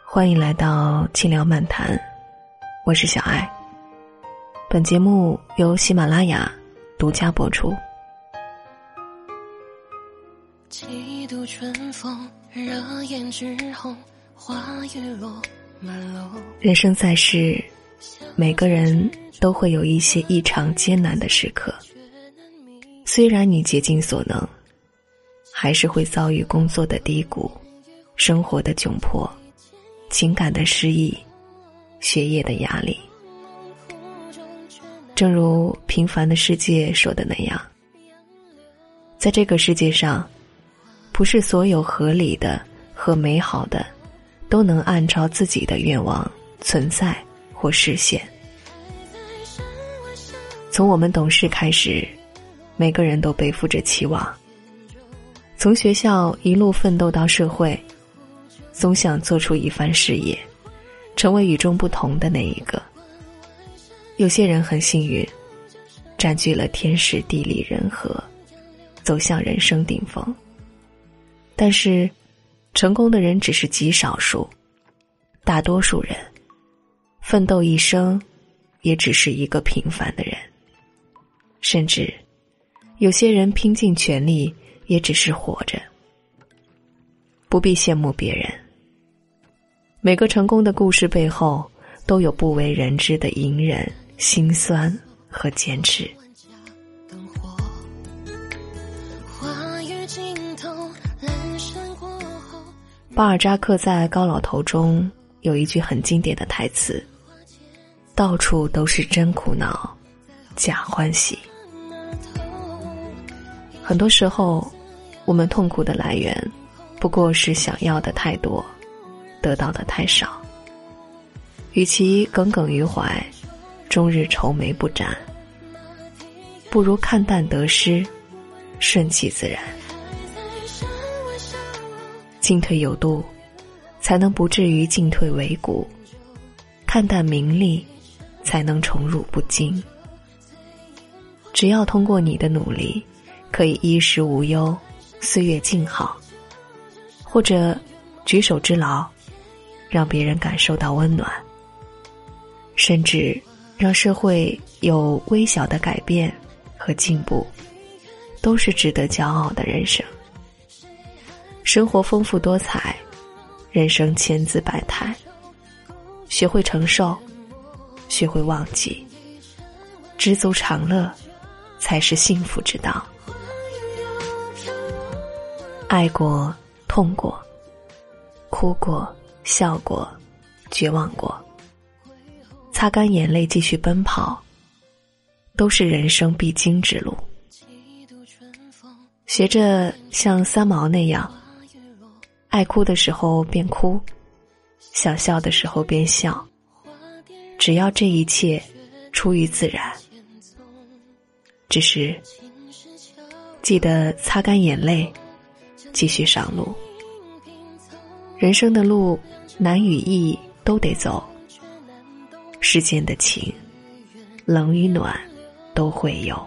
欢迎来到轻聊漫谈，我是小爱。本节目由喜马拉雅独家播出。 几度春风，热艳之后，花雨落满楼。 人生在世，每个人都会有一些异常艰难的时刻，虽然你竭尽所能，还是会遭遇工作的低谷，生活的窘迫，情感的失意，学业的压力。正如《平凡的世界》说的那样，在这个世界上，不是所有合理的和美好的都能按照自己的愿望存在或实现。从我们懂事开始，每个人都背负着期望，从学校一路奋斗到社会，总想做出一番事业，成为与众不同的那一个。有些人很幸运，占据了天时地利人和，走向人生顶峰。但是成功的人只是极少数，大多数人奋斗一生也只是一个平凡的人，甚至有些人拼尽全力也只是活着。不必羡慕别人，每个成功的故事背后都有不为人知的隐忍、心酸和坚持。巴尔扎克在《高老头》中有一句很经典的台词：到处都是真苦恼，假欢喜。很多时候，我们痛苦的来源不过是想要的太多，得到的太少。与其耿耿于怀，终日愁眉不展，不如看淡得失，顺其自然。进退有度，才能不至于进退维谷；看淡名利，才能宠辱不惊。只要通过你的努力，可以衣食无忧，岁月静好，或者举手之劳，让别人感受到温暖，甚至让社会有微小的改变和进步，都是值得骄傲的人生。生活丰富多彩，人生千姿百态，学会承受，学会忘记，知足常乐才是幸福之道。爱过，痛过，哭过，笑过，绝望过，擦干眼泪继续奔跑，都是人生必经之路。学着像三毛那样，爱哭的时候便哭，想笑的时候便笑，只要这一切出于自然。只是记得擦干眼泪，继续上路。人生的路难与易都得走，世间的情冷与暖都会有。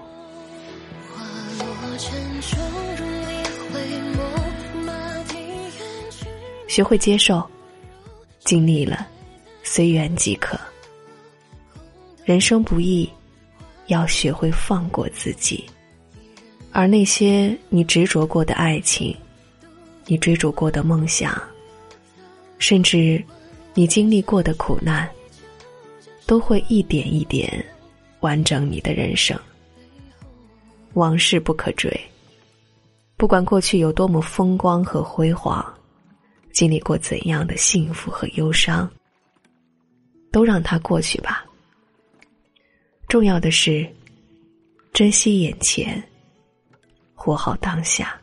学会接受，经历了随缘即可。人生不易，要学会放过自己。而那些你执着过的爱情，你追逐过的梦想，甚至你经历过的苦难，都会一点一点完整你的人生。往事不可追，不管过去有多么风光和辉煌，经历过怎样的幸福和忧伤，都让它过去吧。重要的是珍惜眼前，活好当下。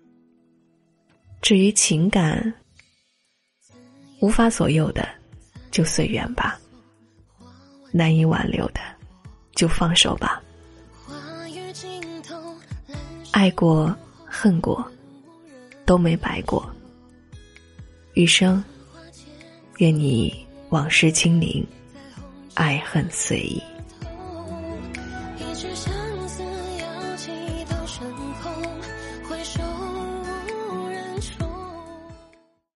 至于情感，无法左右的就随缘吧，难以挽留的就放手吧。爱过恨过都没白过，余生愿你往事清零，爱恨随意。